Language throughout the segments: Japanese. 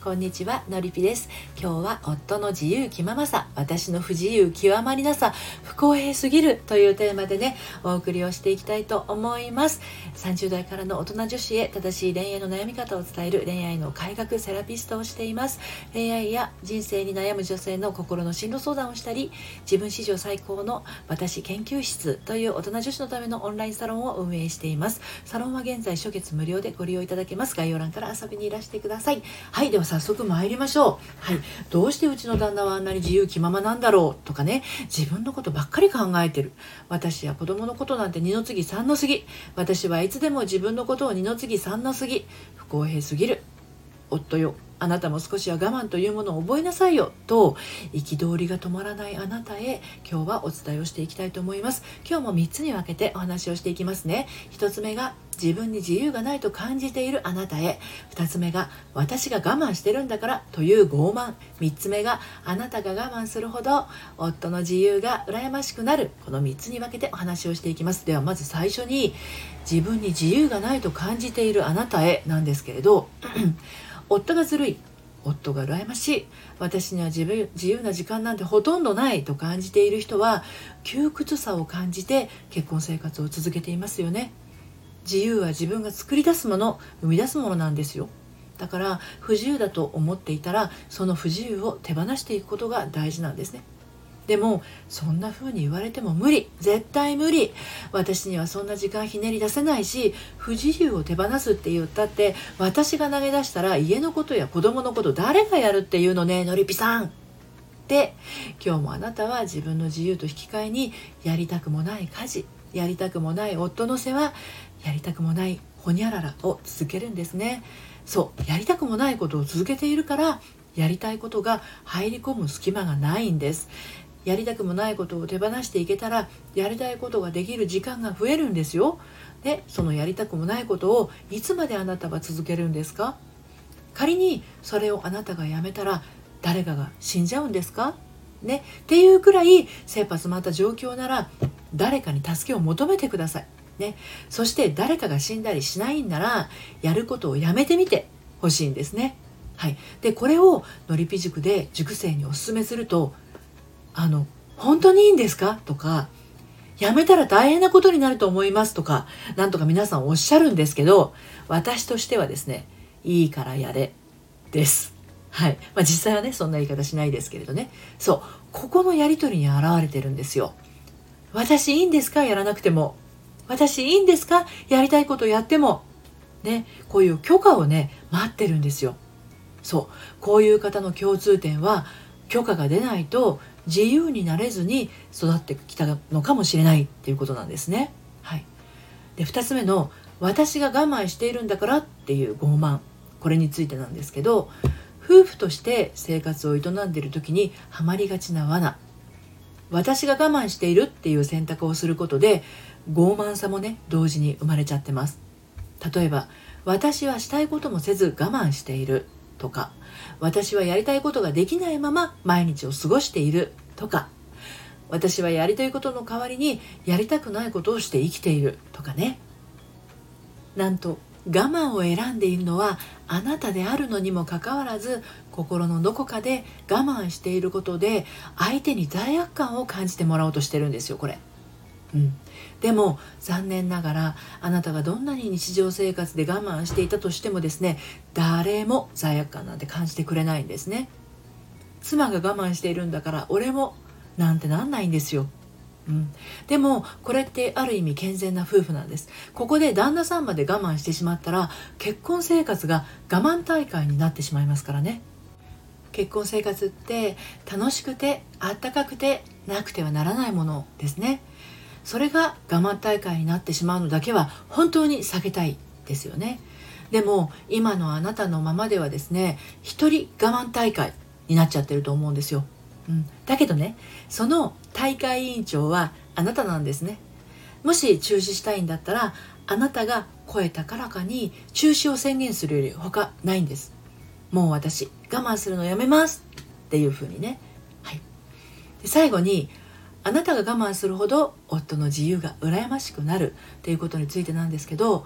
こんにちは、のりぴです。今日は夫の自由気ままさ、私の不自由極まりなさ、不公平すぎるというテーマでね、お送りをしていきたいと思います。30代からの大人女子へ正しい恋愛の悩み方を伝える恋愛の改革セラピストをしています。恋愛や人生に悩む女性の心の進路相談をしたり、自分史上最高の私研究室という大人女子のためのオンラインサロンを運営しています。サロンは現在初月無料でご利用いただけます。概要欄から遊びにいらしてください。はい、では早速参りましょう。はい、どうしてうちの旦那はあんなに自由気ままなんだろうとかね、自分のことばっかり考えてる。私や子供のことなんて二の次三の次。私はいつでも自分のことを二の次三の次。不公平すぎる。夫よ、あなたも少しは我慢というものを覚えなさいよと憤りが止まらないあなたへ、今日はお伝えをしていきたいと思います。今日も3つに分けてお話をしていきますね。1つ目が自分に自由がないと感じているあなたへ。2つ目が私が我慢してるんだからという傲慢。3つ目があなたが我慢するほど夫の自由が羨ましくなる。この3つに分けてお話をしていきます。ではまず最初に、自分に自由がないと感じているあなたへなんですけれど夫がずるい、夫が羨ましい、私には自由な時間なんてほとんどないと感じている人は窮屈さを感じて結婚生活を続けていますよね。自由は自分が作り出すもの、生み出すものなんですよ。だから不自由だと思っていたら、その不自由を手放していくことが大事なんですね。でもそんな風に言われても無理、絶対無理、私にはそんな時間ひねり出せないし、不自由を手放すって言ったって私が投げ出したら家のことや子供のこと誰がやるっていうのね、のりぴさん。で、今日もあなたは自分の自由と引き換えにやりたくもない家事、やりたくもない夫の世話、やりたくもないほにゃららを続けるんですね。そう、やりたくもないことを続けているから、やりたいことが入り込む隙間がないんです。やりたくもないことを手放していけたら、やりたいことができる時間が増えるんですよ。で、そのやりたくもないことをいつまであなたは続けるんですか？仮にそれをあなたがやめたら誰かが死んじゃうんですかね、っていうくらい切羽詰まった状況なら、誰かに助けを求めてくださいね。そして誰かが死んだりしないんなら、やることをやめてみてほしいんですね。はい。で、これをのりぴ塾で塾生にお勧めすると、本当にいいんですかとか、やめたら大変なことになると思いますとか、なんとか皆さんおっしゃるんですけど、私としてはですね、いいからやれです。はい。実際はね、そんな言い方しないですけれどね。そう、ここのやりとりに現れてるんですよ。私いいんですか、やらなくても。私いいんですか、やりたいことやっても。ね、こういう許可をね、待ってるんですよ。そう、こういう方の共通点は、許可が出ないと自由になれずに育ってきたのかもしれないっていうことなんですね。はい。で、2つ目の私が我慢しているんだからっていう傲慢、これについてなんですけど、夫婦として生活を営んでいる時にはまりがちな罠、私が我慢しているっていう選択をすることで傲慢さもね、同時に生まれちゃってます。例えば、私はしたいこともせず我慢しているとか、私はやりたいことができないまま毎日を過ごしているとか、私はやりたいことの代わりにやりたくないことをして生きているとかね。なんと我慢を選んでいるのはあなたであるのにもかかわらず、心のどこかで我慢していることで相手に罪悪感を感じてもらおうとしてるんですよ、これ。でも残念ながら、あなたがどんなに日常生活で我慢していたとしてもですね、誰も罪悪感なんて感じてくれないんですね。妻が我慢しているんだから俺もなんてなんないんですよ。でもこれってある意味健全な夫婦なんです。ここで旦那さんまで我慢してしまったら、結婚生活が我慢大会になってしまいますからね。結婚生活って楽しくてあったかくてなくてはならないものですね。それが我慢大会になってしまうのだけは本当に避けたいですよね。でも今のあなたのままではですね、一人我慢大会になっちゃってると思うんですよ。だけどね、その大会委員長はあなたなんですね。もし中止したいんだったら、あなたが声高らかに中止を宣言するより他ないんです。もう私我慢するのやめますっていう風にね。はい。で、最後に、あなたが我慢するほど夫の自由が羨ましくなるっていうことについてなんですけど、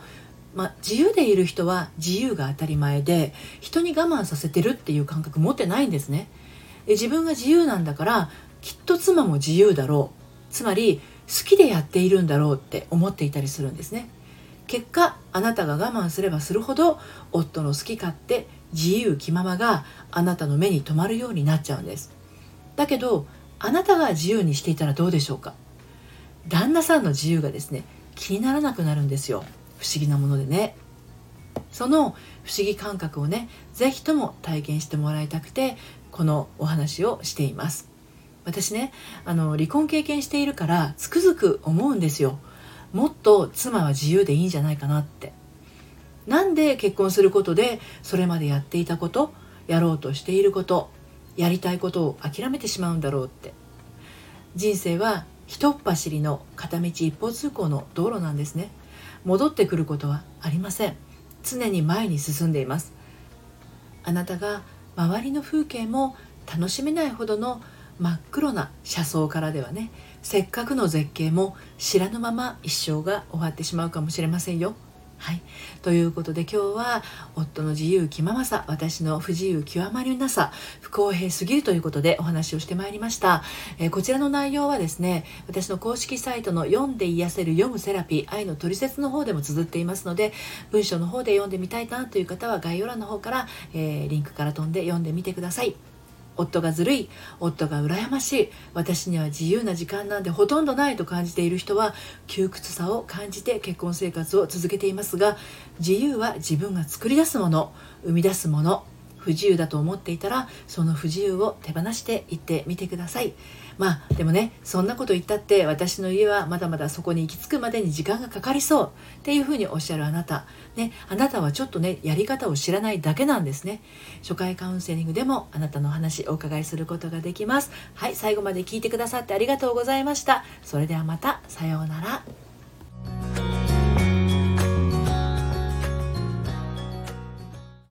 自由でいる人は自由が当たり前で、人に我慢させてるっていう感覚持ってないんですね。自分が自由なんだからきっと妻も自由だろう、つまり好きでやっているんだろうって思っていたりするんですね。結果、あなたが我慢すればするほど夫の好き勝手自由気ままがあなたの目に留まるようになっちゃうんです。だけどあなたが自由にしていたらどうでしょうか。旦那さんの自由がですね、気にならなくなるんですよ。不思議なものでね。その不思議感覚をね、ぜひとも体験してもらいたくてこのお話をしています。私ね、離婚経験しているからつくづく思うんですよ。もっと妻は自由でいいんじゃないかなって。なんで結婚することでそれまでやっていたこと、やろうとしていること、やりたいことを諦めてしまうんだろうって。人生は一っ走りの片道一方通行の道路なんですね。戻ってくることはありません。常に前に進んでいます。あなたが周りの風景も楽しめないほどの真っ黒な車窓からではね、せっかくの絶景も知らぬまま一生が終わってしまうかもしれませんよ。はい、ということで今日は夫の自由気ままさ、私の不自由極まりなさ、不公平すぎるということでお話をしてまいりました。こちらの内容はですね、私の公式サイトの読んで癒せる読むセラピー愛のトリセツの方でも綴っていますので、文章の方で読んでみたいなという方は概要欄の方から、リンクから飛んで読んでみてください。夫がずるい、夫が羨ましい、私には自由な時間なんてほとんどないと感じている人は窮屈さを感じて結婚生活を続けていますが、自由は自分が作り出すもの、生み出すもの。不自由だと思っていたらその不自由を手放していってみてください。でもね、そんなこと言ったって私の家はまだまだそこに行き着くまでに時間がかかりそうっていうふうにおっしゃるあなた、ね、あなたはちょっとねやり方を知らないだけなんですね。初回カウンセリングでもあなたの話お伺いすることができます。はい、最後まで聞いてくださってありがとうございました。それではまた、さようなら。